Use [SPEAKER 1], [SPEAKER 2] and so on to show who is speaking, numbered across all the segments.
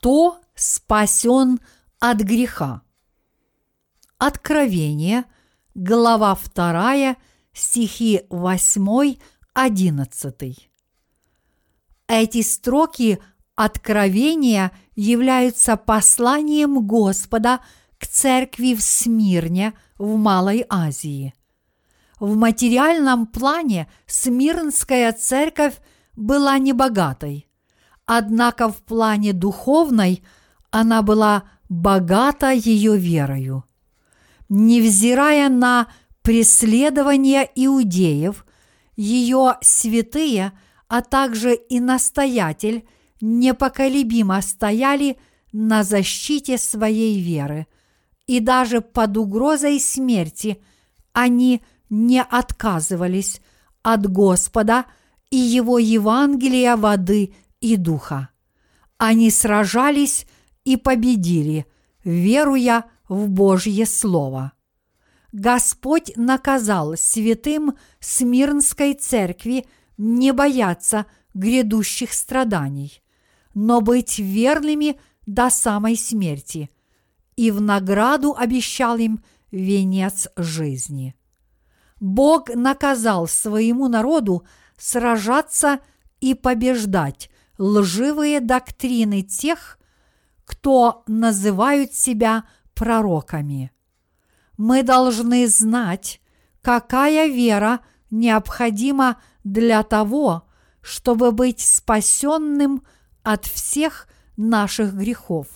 [SPEAKER 1] Кто спасен от греха? Откровение, глава 2, стихи 8-11. Эти строки Откровения являются посланием Господа к церкви в Смирне в Малой Азии. В материальном плане Смирнская церковь была небогатой, однако в плане духовной она была богата ее верою. Невзирая на преследование иудеев, ее святые, а также и настоятель непоколебимо стояли на защите своей веры, и даже под угрозой смерти они не отказывались от Господа и Его Евангелия воды и духа. Они сражались и победили, веруя в Божье Слово. Господь наказал святым Смирнской церкви не бояться грядущих страданий, но быть верными до самой смерти, и в награду обещал им венец жизни. Бог наказал своему народу сражаться и побеждать лживые доктрины тех, кто называют себя пророками. Мы должны знать, какая вера необходима для того, чтобы быть спасенным от всех наших грехов.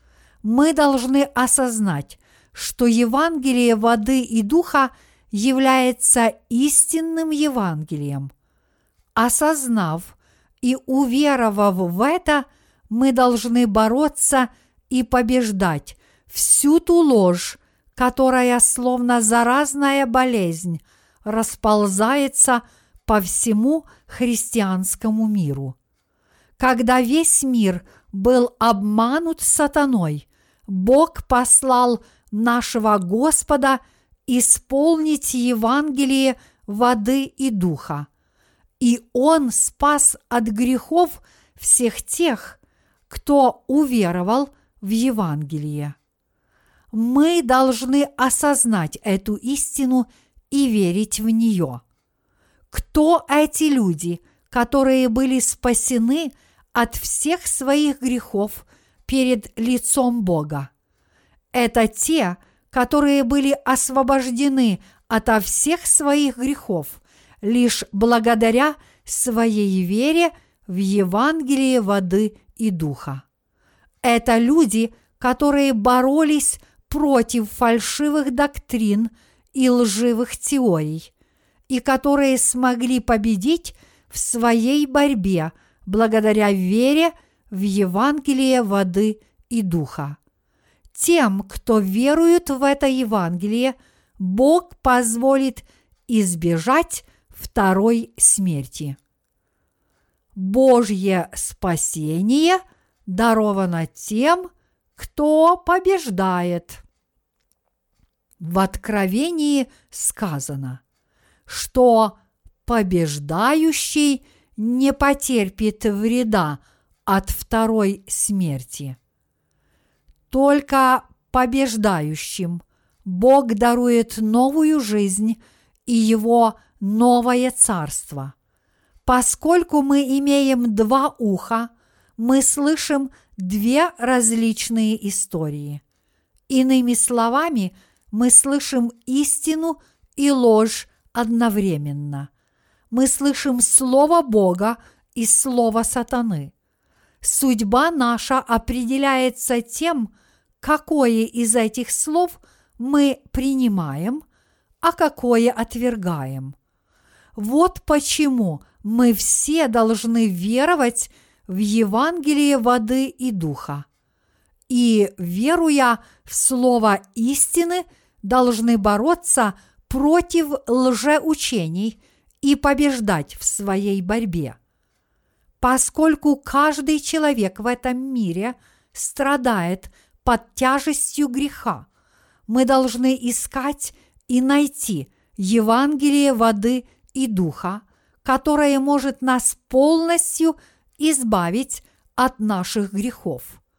[SPEAKER 1] Мы должны осознать, что Евангелие воды и духа является истинным Евангелием. Осознав и уверовав в это, мы должны бороться и побеждать всю ту ложь, которая словно заразная болезнь расползается по всему христианскому миру. Когда весь мир был обманут сатаной, Бог послал нашего Господа исполнить Евангелие воды и духа, и Он спас от грехов всех тех, кто уверовал в Евангелие. Мы должны осознать эту истину и верить в нее. Кто эти люди, которые были спасены от всех своих грехов перед лицом Бога? Это те, которые были освобождены ото всех своих грехов лишь благодаря своей вере в Евангелие воды и духа. Это люди, которые боролись против фальшивых доктрин и лживых теорий, и которые смогли победить в своей борьбе благодаря вере в Евангелие воды и духа. Тем, кто верует в это Евангелие, Бог позволит избежать второй смерти. Божье спасение даровано тем, кто побеждает. В Откровении сказано, что побеждающий не потерпит вреда от второй смерти. Только побеждающим Бог дарует новую жизнь и Его новое царство. Поскольку мы имеем два уха, мы слышим две различные истории. Иными словами, мы слышим истину и ложь одновременно. Мы слышим слово Бога и слово сатаны. Судьба наша определяется тем, какое из этих слов мы принимаем, а какое отвергаем. Вот почему мы все должны веровать в Евангелие воды и духа. И, веруя в слово истины, должны бороться против лжеучений и побеждать в своей борьбе. Поскольку каждый человек в этом мире страдает под тяжестью греха, мы должны искать и найти Евангелие воды и духа, которое может нас полностью избавить от наших грехов.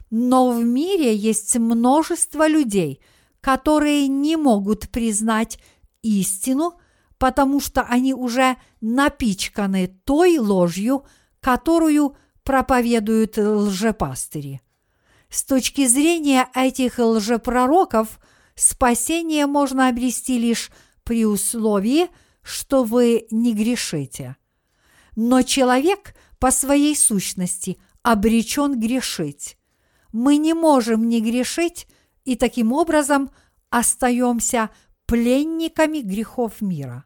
[SPEAKER 1] Но в мире есть множество людей, которые не могут признать истину, потому что они уже напичканы той ложью, которую проповедуют лжепастыри. С точки зрения этих лжепророков, спасение можно обрести лишь при условии, что вы не грешите. Но человек по своей сущности обречен грешить. Мы не можем не грешить и таким образом остаемся пленниками грехов мира.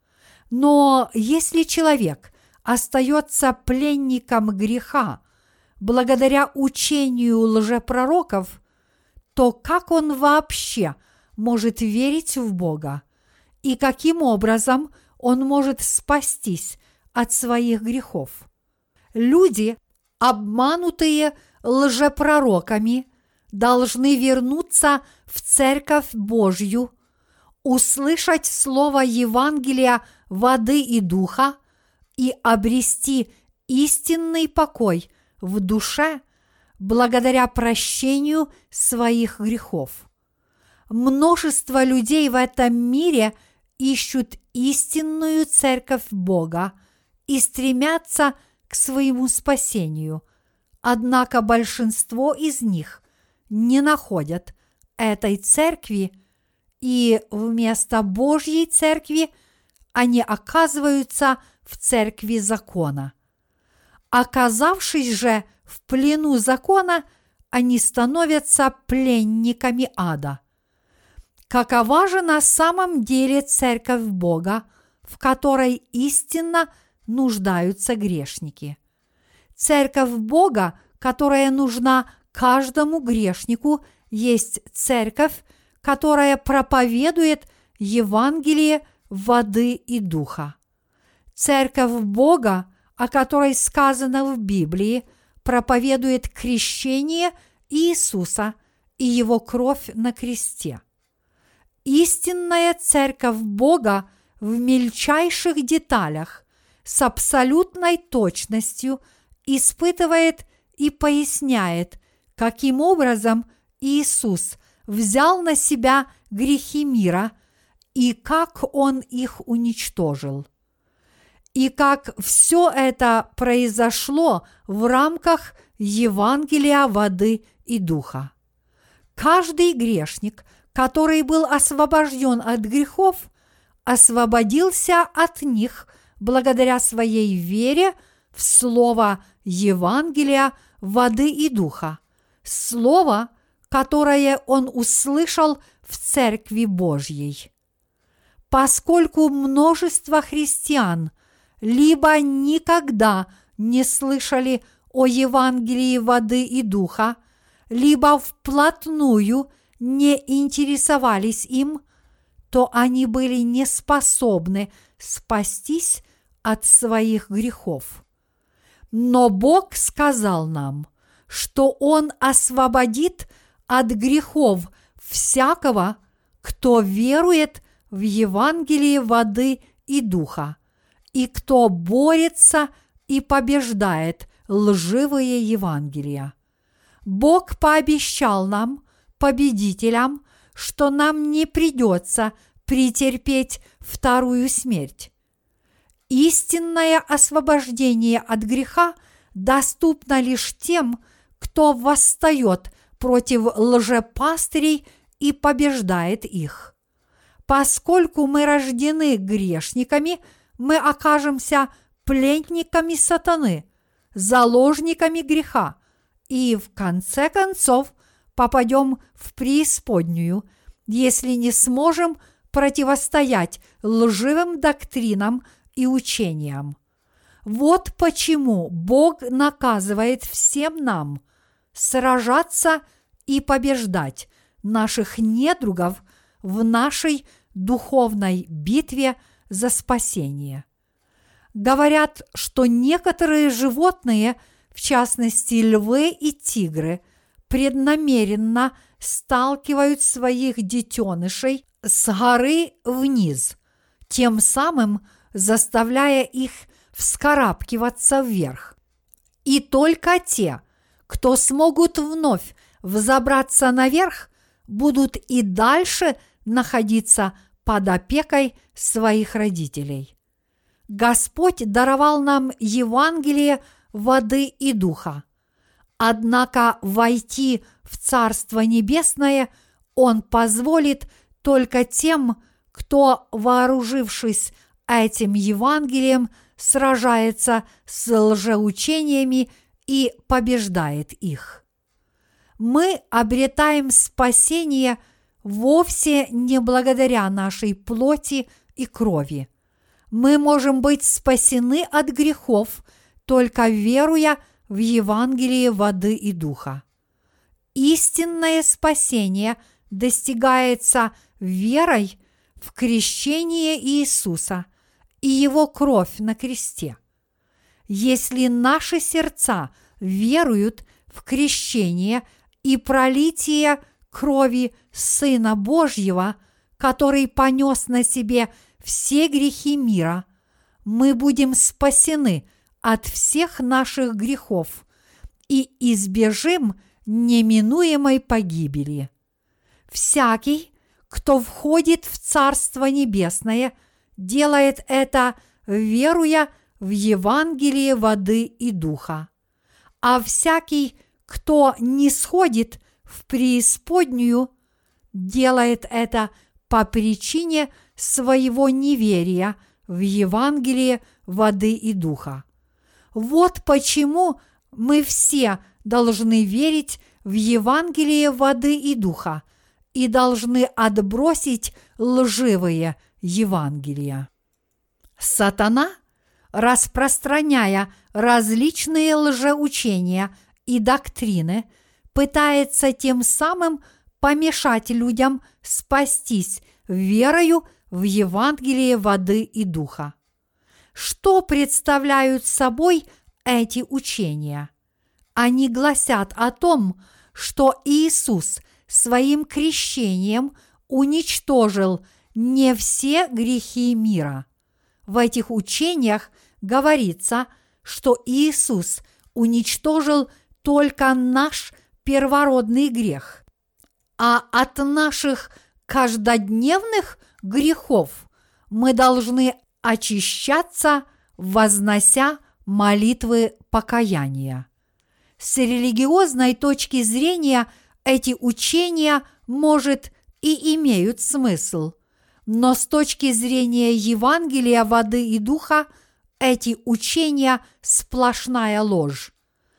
[SPEAKER 1] Но если человек остается пленником греха благодаря учению лжепророков, то как он вообще может верить в Бога? И каким образом он может спастись от своих грехов? Люди, обманутые лжепророками, должны вернуться в Церковь Божью, услышать слово Евангелия воды и духа и обрести истинный покой в душе благодаря прощению своих грехов. Множество людей в этом мире ищут истинную Церковь Бога и стремятся к своему спасению, однако большинство из них не находят этой Церкви, и вместо Божьей Церкви они оказываются в церкви закона. Оказавшись же в плену закона, они становятся пленниками ада. Какова же на самом деле церковь Бога, в которой истинно нуждаются грешники? Церковь Бога, которая нужна каждому грешнику, есть церковь, которая проповедует Евангелие воды и духа. Церковь Бога, о которой сказано в Библии, проповедует крещение Иисуса и Его кровь на кресте. Истинная Церковь Бога в мельчайших деталях с абсолютной точностью испытывает и поясняет, каким образом Иисус взял на себя грехи мира и как Он их уничтожил. И как все это произошло в рамках Евангелия воды и духа. Каждый грешник, который был освобожден от грехов, освободился от них благодаря своей вере в слово Евангелия воды и духа, слово, которое он услышал в Церкви Божьей. Поскольку множество христиан либо никогда не слышали о Евангелии воды и духа, либо вплотную не интересовались им, то они были не способны спастись от своих грехов. Но Бог сказал нам, что Он освободит от грехов всякого, кто верует в Евангелие воды и духа, и кто борется и побеждает лживые Евангелия. Бог пообещал нам, победителям, что нам не придется претерпеть вторую смерть. Истинное освобождение от греха доступно лишь тем, кто восстает против лжепастырей и побеждает их. Поскольку мы рождены грешниками, мы окажемся пленниками сатаны, заложниками греха и, в конце концов, попадем в преисподнюю, если не сможем противостоять лживым доктринам и учениям. Вот почему Бог наказывает всем нам сражаться и побеждать наших недругов в нашей духовной битве за спасение. Говорят, что некоторые животные, в частности львы и тигры, преднамеренно сталкивают своих детенышей с горы вниз, тем самым заставляя их вскарабкиваться вверх. И только те, кто смогут вновь взобраться наверх, будут и дальше находиться под опекой своих родителей. Господь даровал нам Евангелие воды и духа. Однако войти в Царство Небесное Он позволит только тем, кто, вооружившись этим Евангелием, сражается с лжеучениями и побеждает их. Мы обретаем спасение вовсе не благодаря нашей плоти и крови. Мы можем быть спасены от грехов, только веруя в Евангелие воды и духа. Истинное спасение достигается верой в крещение Иисуса и Его кровь на кресте. Если наши сердца веруют в крещение и пролитие крови Сына Божьего, который понес на себе все грехи мира, мы будем спасены от всех наших грехов и избежим неминуемой погибели. Всякий, кто входит в Царство Небесное, делает это, веруя в Евангелие воды и духа. А всякий, кто не сходит в преисподнюю, делает это по причине своего неверия в Евангелие воды и духа. Вот почему мы все должны верить в Евангелие воды и духа и должны отбросить лживые Евангелия. Сатана, распространяя различные лжеучения и доктрины, пытается тем самым помешать людям спастись верою в Евангелие воды и духа. Что представляют собой эти учения? Они гласят о том, что Иисус своим крещением уничтожил не все грехи мира. В этих учениях говорится, что Иисус уничтожил только наш первородный грех, а от наших каждодневных грехов мы должны очищаться, вознося молитвы покаяния. С религиозной точки зрения эти учения, может, и имеют смысл, но с точки зрения Евангелия воды и духа эти учения – сплошная ложь.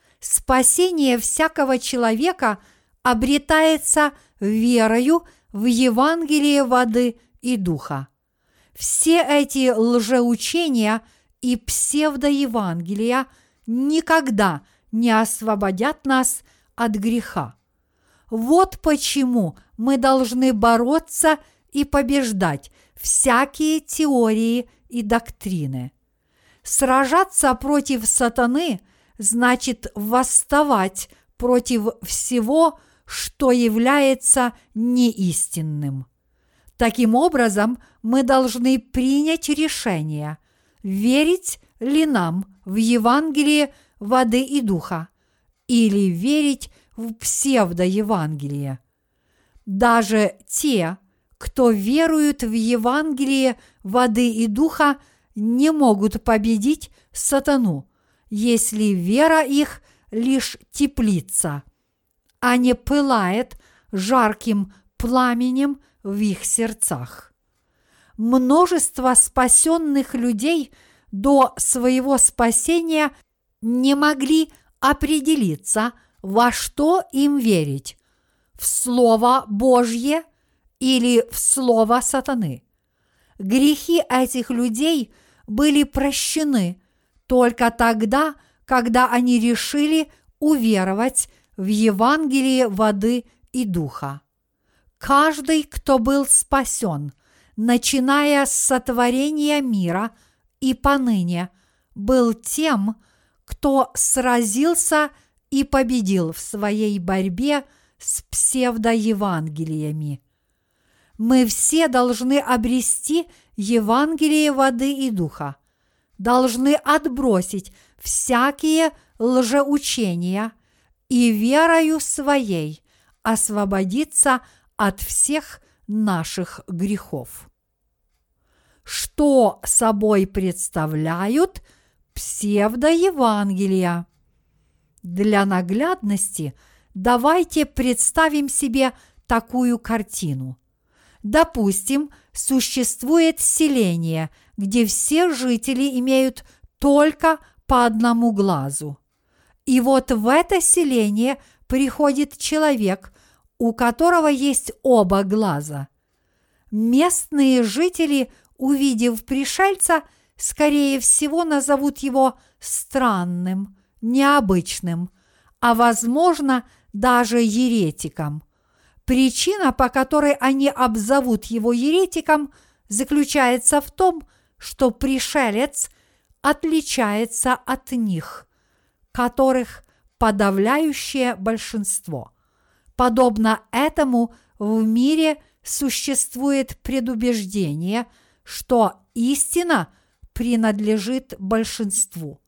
[SPEAKER 1] Спасение всякого человека обретается верою в Евангелие воды и духа. Все эти лжеучения и псевдоевангелия никогда не освободят нас от греха. Вот почему мы должны бороться и побеждать всякие теории и доктрины. Сражаться против сатаны значит восставать против всего, что является неистинным. Таким образом, мы должны принять решение, верить ли нам в Евангелие воды и духа или верить в псевдоевангелие. Даже те, кто верует в Евангелие воды и духа, не могут победить сатану, если вера их лишь теплится, а не пылает жарким пламенем в их сердцах. Множество спасенных людей до своего спасения не могли определиться, во что им верить – в Слово Божье или в слово сатаны. Грехи этих людей были прощены только тогда, когда они решили уверовать в Евангелие воды и духа. Каждый, кто был спасен, начиная с сотворения мира и поныне, был тем, кто сразился и победил в своей борьбе с псевдоевангелиями. Мы все должны обрести Евангелие воды и духа, должны отбросить всякие лжеучения и верою своей освободиться от всех наших грехов. Что собой представляют псевдоевангелия? Для наглядности давайте представим себе такую картину. Допустим, существует селение, где все жители имеют только по одному глазу. И вот в это селение приходит человек, у которого есть оба глаза. Местные жители, увидев пришельца, скорее всего назовут его странным, необычным, а возможно даже еретиком. Причина, по которой они обзовут его еретиком, заключается в том, что пришелец отличается от них, которых подавляющее большинство. Подобно этому в мире существует предубеждение, что истина принадлежит большинству.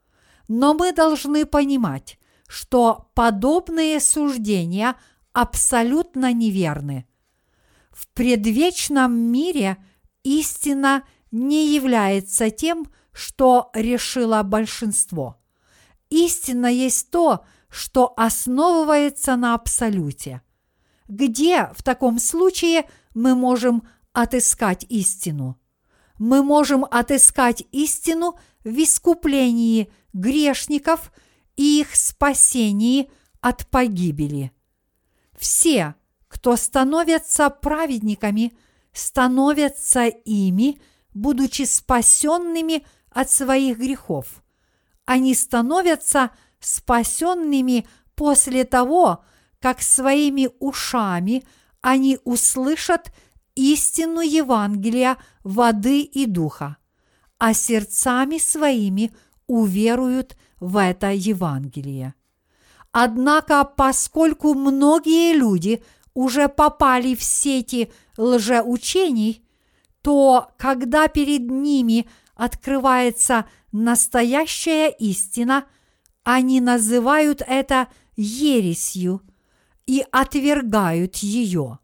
[SPEAKER 1] Но мы должны понимать, что подобные суждения абсолютно неверны. В предвечном мире истина не является тем, что решило большинство. Истина есть то, что основывается на абсолюте. Где в таком случае мы можем отыскать истину? Мы можем отыскать истину в искуплении грешников и их спасении от погибели. Все, кто становятся праведниками, становятся ими, будучи спасенными от своих грехов. Они становятся спасенными после того, как своими ушами они услышат истину Евангелия воды и духа, а сердцами своими уверуют в это Евангелие. Однако, поскольку многие люди уже попали в сети лжеучений, то когда перед ними открывается настоящая истина, они называют это ересью и отвергают ее.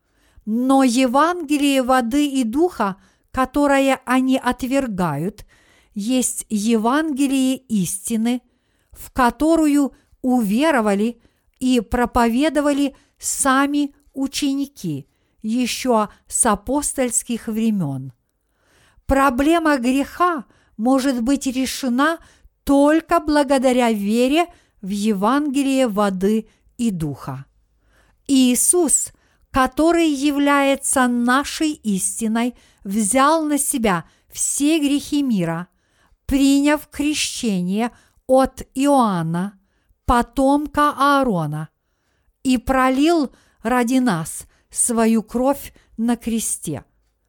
[SPEAKER 1] Но Евангелие воды и духа, которое они отвергают, есть Евангелие истины, в которую уверовали и проповедовали сами ученики еще с апостольских времен. Проблема греха может быть решена только благодаря вере в Евангелие воды и духа. Иисус, который является нашей истиной, взял на себя все грехи мира, приняв крещение от Иоанна, потомка Аарона, и пролил ради нас свою кровь на кресте.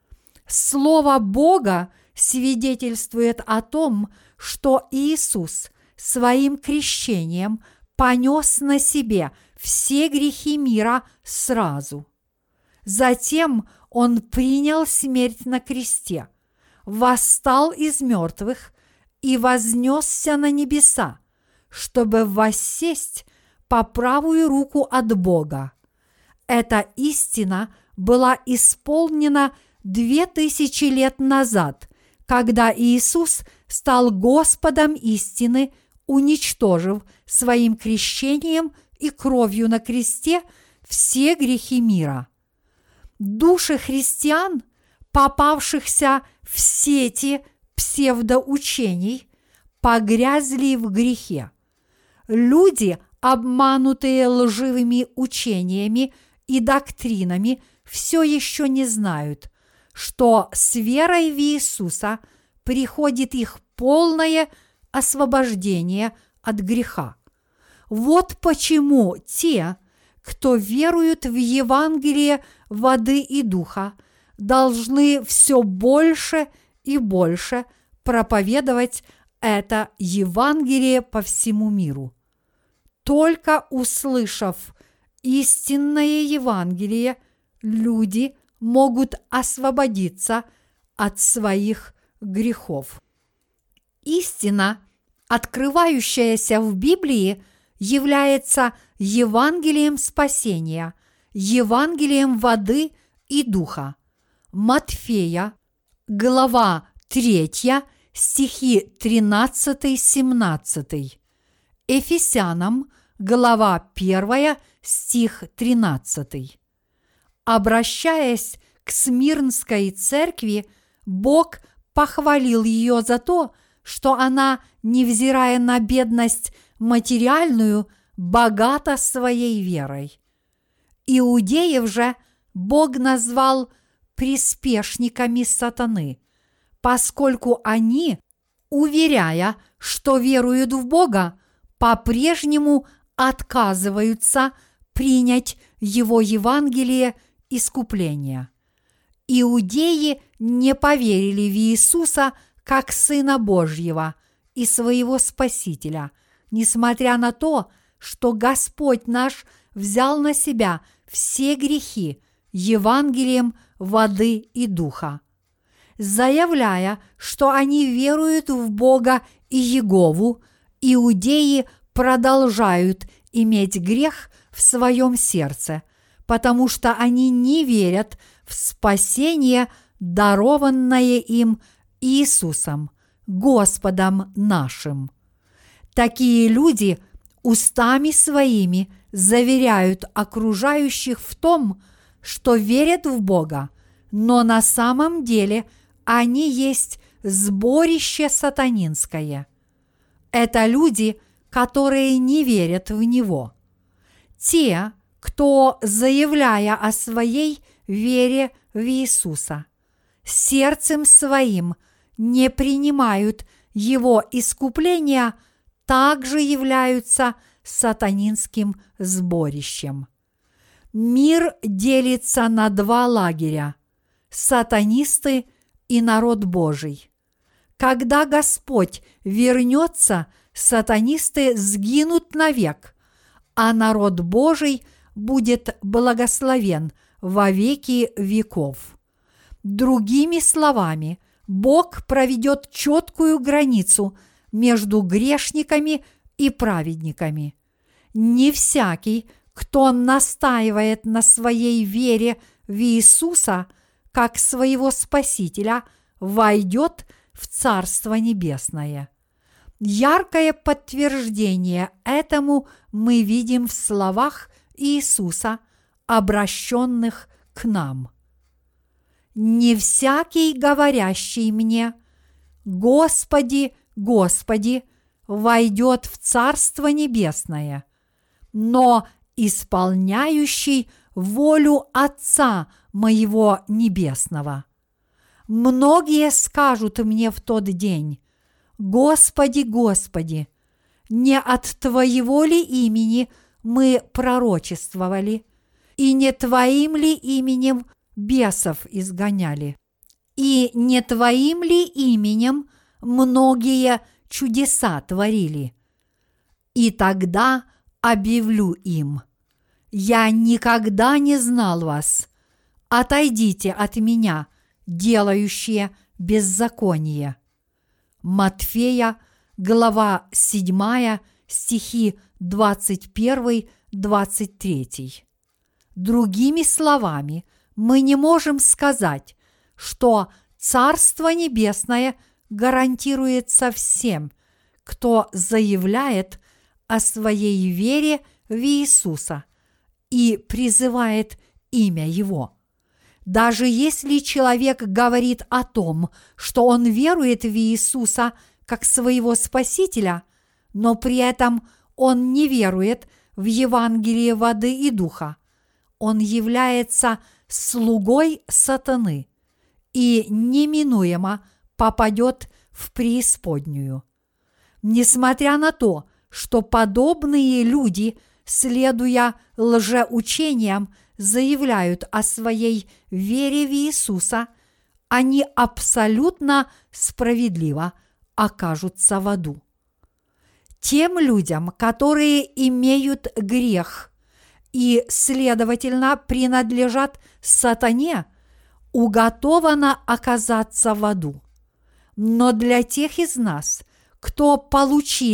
[SPEAKER 1] Слово Бога свидетельствует о том, что Иисус своим крещением понес на себе все грехи мира сразу. Затем Он принял смерть на кресте, восстал из мертвых и вознесся на небеса, чтобы воссесть по правую руку от Бога. Эта истина была исполнена 2000 лет назад, когда Иисус стал Господом истины, уничтожив своим крещением и кровью на кресте все грехи мира. Души христиан, попавшихся в сети псевдоучений, погрязли в грехе. Люди, обманутые лживыми учениями и доктринами, все еще не знают, что с верой в Иисуса приходит их полное освобождение от греха. Вот почему те, кто веруют в Евангелие воды и духа, должны все больше и больше проповедовать это Евангелие по всему миру. Только услышав истинное Евангелие, люди могут освободиться от своих грехов. Истина, открывающаяся в Библии, является Евангелием спасения, Евангелием воды и духа. Матфея, глава 3, стихи 13-17. Ефесянам, глава 1, стих 13. Обращаясь к Смирнской церкви, Бог похвалил ее за то, что она, невзирая на бедность материальную, богата своей верой. Иудеев же Бог назвал приспешниками сатаны, поскольку они, уверяя, что веруют в Бога, по-прежнему отказываются принять Его Евангелие искупления. Иудеи не поверили в Иисуса как Сына Божьего и своего Спасителя, несмотря на то, что Господь наш взял на себя все грехи Евангелием воды и духа. Заявляя, что они веруют в Бога и Иегову, иудеи продолжают иметь грех в своем сердце, потому что они не верят в спасение, дарованное им Иисусом, Господом нашим. Такие люди устами своими заверяют окружающих в том, что верят в Бога, но на самом деле они есть сборище сатанинское. Это люди, которые не верят в Него. Те, кто, заявляя о своей вере в Иисуса, сердцем своим не принимают Его искупления, также являются сатанинским сборищем. Мир делится на два лагеря – сатанисты и народ Божий. Когда Господь вернется, сатанисты сгинут навек, а народ Божий будет благословен во веки веков. Другими словами, Бог проведет четкую границу между грешниками и праведниками. Не всякий, кто настаивает на своей вере в Иисуса как своего Спасителя, войдет в Царство Небесное. Яркое подтверждение этому мы видим в словах Иисуса, обращенных к нам. «Не всякий, говорящий мне: Господи, Господи, войдет в Царство Небесное, но исполняющий волю Отца моего Небесного. Многие скажут мне в тот день: Господи, Господи, не от Твоего ли имени мы пророчествовали, и не Твоим ли именем бесов изгоняли, и не Твоим ли именем многие чудеса творили? И тогда объявлю им: я никогда не знал вас, отойдите от меня, делающие беззаконие». Матфея, глава 7, стихи 21-23. Другими словами, мы не можем сказать, что Царство Небесное гарантируется всем, кто заявляет о своей вере в Иисуса и призывает имя Его. Даже если человек говорит о том, что он верует в Иисуса как своего Спасителя, но при этом он не верует в Евангелие воды и духа, он является слугой сатаны и неминуемо попадет в преисподнюю. Несмотря на то, что подобные люди, следуя лжеучениям, заявляют о своей вере в Иисуса, они абсолютно справедливо окажутся в аду. Тем людям, которые имеют грех и, следовательно, принадлежат сатане, уготовано оказаться в аду. Но для тех из нас, кто получили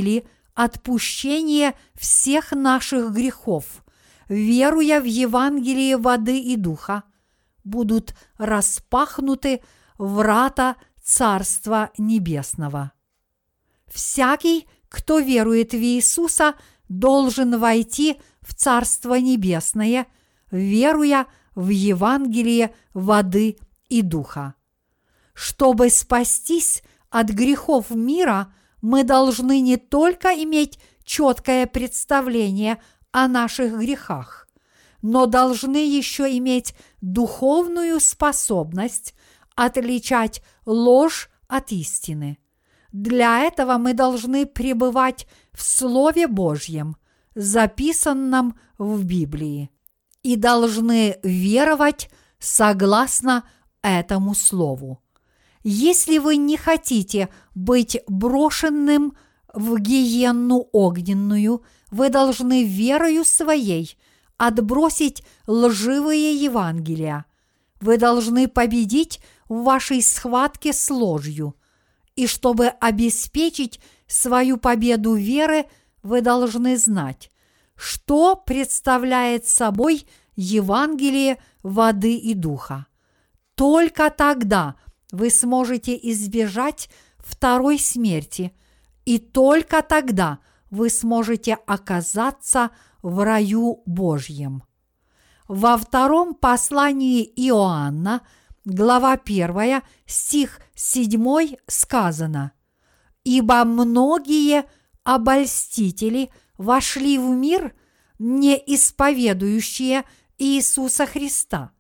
[SPEAKER 1] отпущение всех наших грехов, веруя в Евангелие воды и духа, будут распахнуты врата Царства Небесного. Всякий, кто верует в Иисуса, должен войти в Царство Небесное, веруя в Евангелие воды и духа. Чтобы спастись от грехов мира, мы должны не только иметь четкое представление о наших грехах, но должны еще иметь духовную способность отличать ложь от истины. Для этого мы должны пребывать в Слове Божьем, записанном в Библии, и должны веровать согласно этому Слову. Если вы не хотите быть брошенным в гиенну огненную, вы должны верою своей отбросить лживые Евангелия. Вы должны победить в вашей схватке с ложью. И чтобы обеспечить свою победу веры, вы должны знать, что представляет собой Евангелие воды и духа. Только тогда вы сможете избежать второй смерти, и только тогда вы сможете оказаться в раю Божьем. Во втором послании Иоанна, глава 1, стих 7 сказано: «Ибо многие обольстители вошли в мир, не исповедующие Иисуса Христа,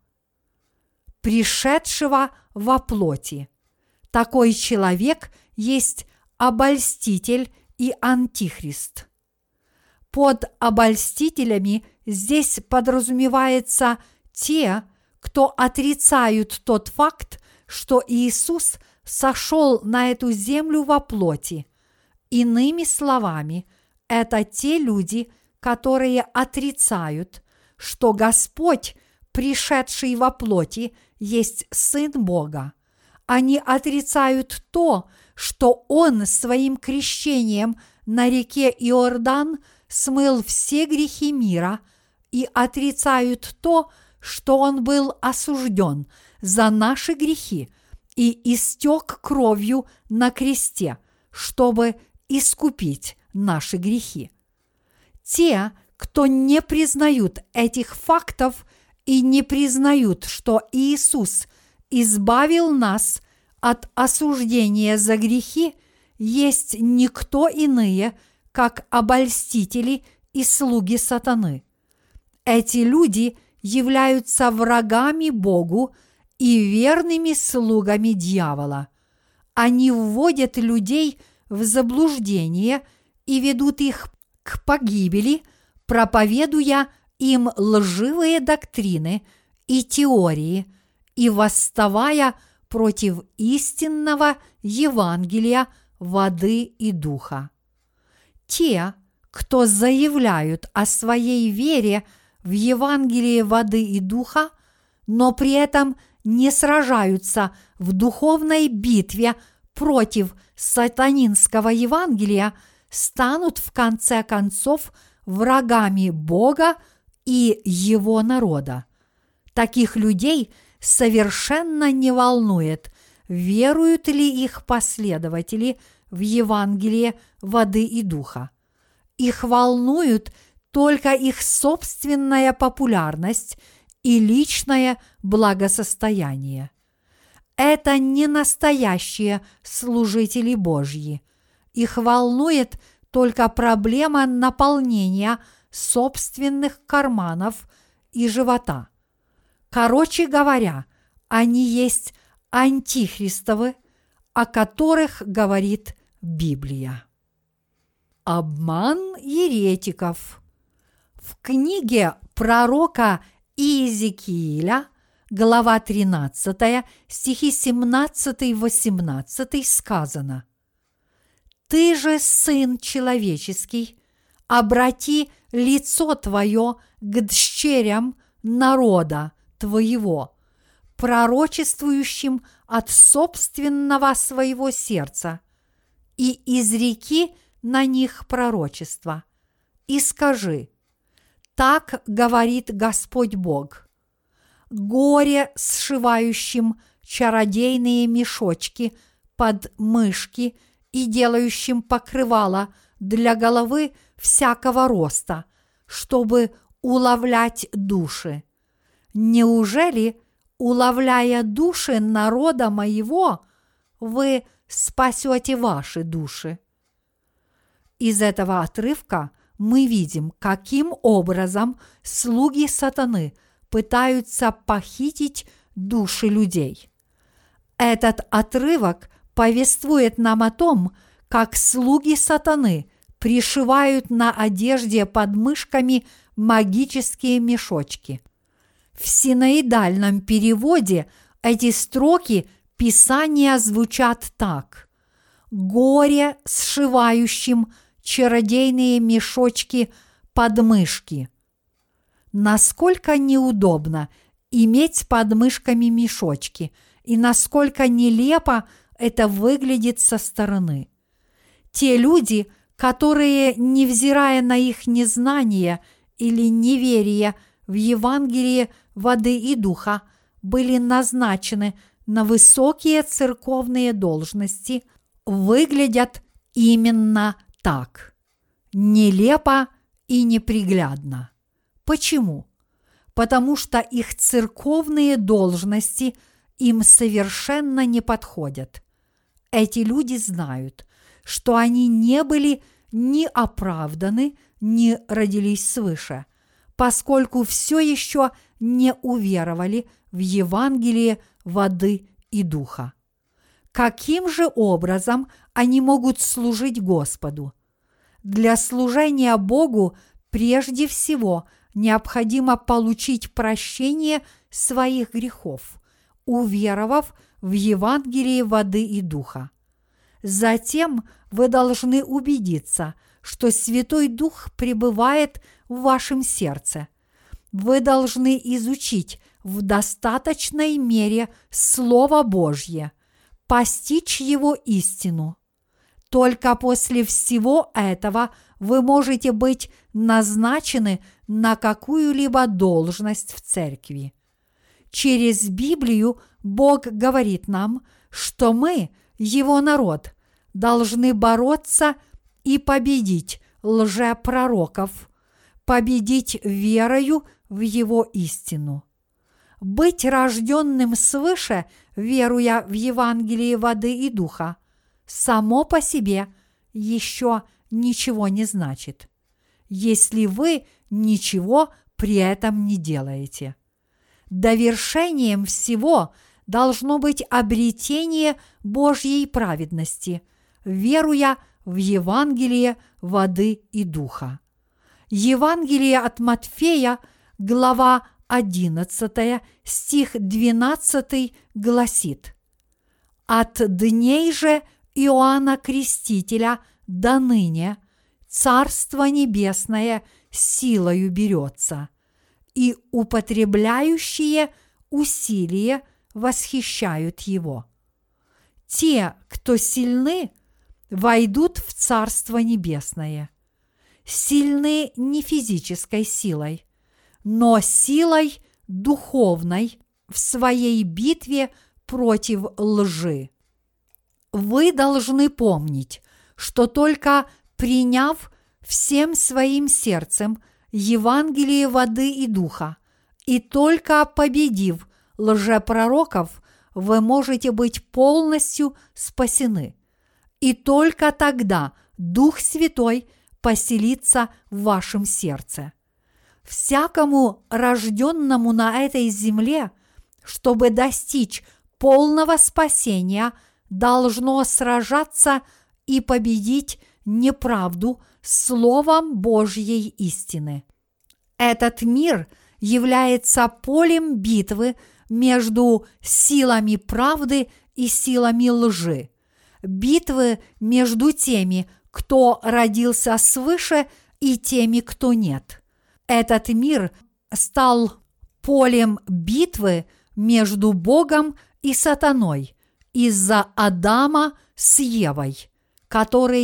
[SPEAKER 1] пришедшего во плоти». Такой человек есть обольститель и антихрист. Под обольстителями здесь подразумевается те, кто отрицают тот факт, что Иисус сошел на эту землю во плоти. Иными словами, это те люди, которые отрицают, что Господь, пришедший во плоти, есть Сын Бога. Они отрицают то, что Он своим крещением на реке Иордан смыл все грехи мира, и отрицают то, что Он был осужден за наши грехи и истек кровью на кресте, чтобы искупить наши грехи. Те, кто не признают этих фактов и не признают, что Иисус избавил нас от осуждения за грехи, есть никто иные, как обольстители и слуги сатаны. Эти люди являются врагами Богу и верными слугами дьявола. Они вводят людей в заблуждение и ведут их к погибели, проповедуя им лживые доктрины и теории и восставая против истинного Евангелия воды и духа. Те, кто заявляют о своей вере в Евангелие воды и духа, но при этом не сражаются в духовной битве против сатанинского Евангелия, станут в конце концов врагами Бога и Его народа. Таких людей совершенно не волнует, веруют ли их последователи в Евангелие воды и духа. Их волнует только их собственная популярность и личное благосостояние. Это не настоящие служители Божьи. Их волнует только проблема наполнения собственных карманов и живота. Короче говоря, они есть антихристовы, о которых говорит Библия. Обман еретиков. В книге пророка Иезекииля, глава 13, стихи 17-18 сказано: «Ты же, сын человеческий, обрати лицо твое к дщерям народа твоего, пророчествующим от собственного своего сердца, и изреки на них пророчество, и скажи: так говорит Господь Бог. Горе сшивающим чародейные мешочки под мышки и делающим покрывало для головы всякого роста, чтобы уловлять души. Неужели, уловляя души народа моего, вы спасете ваши души? Из этого отрывка мы видим, каким образом слуги сатаны пытаются похитить души людей. Этот отрывок повествует нам о том, как слуги сатаны пришивают на одежде под мышками магические мешочки. В синоидальном переводе эти строки Писания звучат так: «Горе сшивающим чародейные мешочки под мышки». Насколько неудобно иметь под мышками мешочки, и насколько нелепо это выглядит со стороны. Те люди, которые, невзирая на их незнание или неверие в Евангелие воды и духа, были назначены на высокие церковные должности, выглядят именно так: нелепо и неприглядно. Почему? Потому что их церковные должности им совершенно не подходят. Эти люди знают, что они не были ни оправданы, ни родились свыше, поскольку все еще не уверовали в Евангелие воды и духа. Каким же образом они могут служить Господу? Для служения Богу прежде всего необходимо получить прощение своих грехов, уверовав в Евангелие воды и духа. Затем вы должны убедиться, что Святой Дух пребывает в вашем сердце. Вы должны изучить в достаточной мере Слово Божье, постичь его истину. Только после всего этого вы можете быть назначены на какую-либо должность в церкви. Через Библию Бог говорит нам, что мы, Его народ, должны бороться и победить лжепророков, победить верою в Его истину. Быть рожденным свыше, веруя в Евангелие воды и духа, само по себе еще ничего не значит, если вы ничего при этом не делаете. Довершением всего должно быть обретение Божьей праведности, веруя в Евангелие воды и духа. Евангелие от Матфея, глава 11, стих 12 гласит: «От дней же Иоанна Крестителя до ныне Царство Небесное силою берется, и употребляющие усилие восхищают его. Те, кто сильны, войдут в Царство Небесное. Сильны не физической силой, но силой духовной в своей битве против лжи. Вы должны помнить, что только приняв всем своим сердцем Евангелие воды и духа, и только победив лжепророков, вы можете быть полностью спасены. И только тогда Дух Святой поселится в вашем сердце. Всякому рожденному на этой земле, чтобы достичь полного спасения, должно сражаться и победить неправду Словом Божьей истины. Этот мир является полем битвы между силами правды и силами лжи, битвы между теми, кто родился свыше, и теми, кто нет. Этот мир стал полем битвы между Богом и сатаной из-за Адама с Евой, которые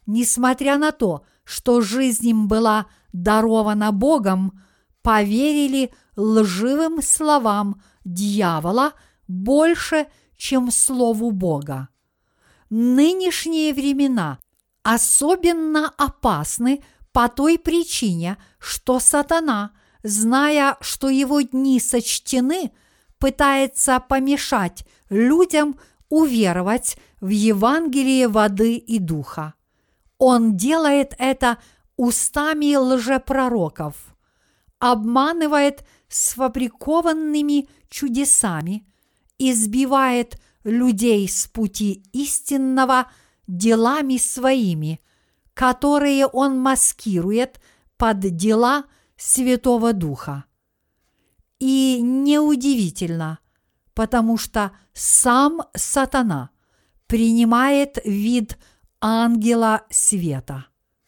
[SPEAKER 1] несмотря на то, что жизнь им была дарована Богом, поверили лживым словам дьявола больше, чем слову Бога. Нынешние времена особенно опасны по той причине, что сатана, зная, что его дни сочтены, пытается помешать людям уверовать в Евангелие воды и духа. Он делает это устами лжепророков, обманывает сфабрикованными чудесами, избивает людей с пути истинного делами своими, которые он маскирует под дела Святого Духа. И неудивительно, потому что сам сатана принимает вид ангела света.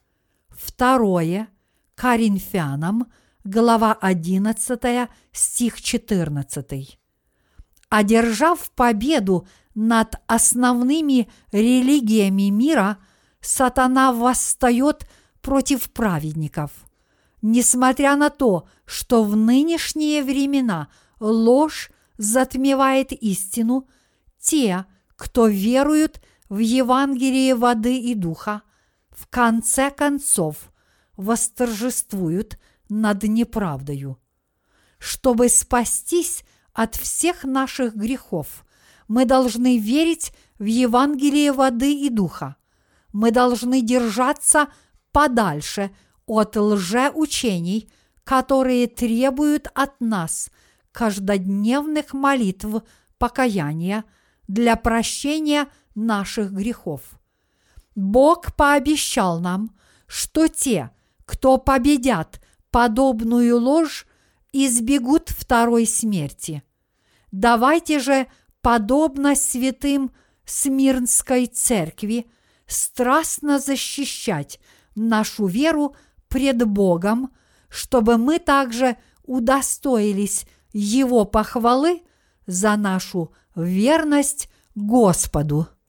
[SPEAKER 1] 2 Коринфянам, глава 11, стих 14. Одержав победу над основными религиями мира, сатана восстает против праведников. Несмотря на то, что в нынешние времена ложь затмевает истину, те, кто веруют в Евангелие воды и духа, в конце концов восторжествуют над неправдою. Чтобы спастись от всех наших грехов, мы должны верить в Евангелие воды и духа. Мы должны держаться подальше от лжеучений, которые требуют от нас каждодневных молитв покаяния для прощения наших грехов. Бог пообещал нам, что те, кто победят подобную ложь, избегут второй смерти. Давайте же, подобно святым Смирнской церкви, страстно защищать нашу веру пред Богом, чтобы мы также удостоились Его похвалы за нашу верность Господу.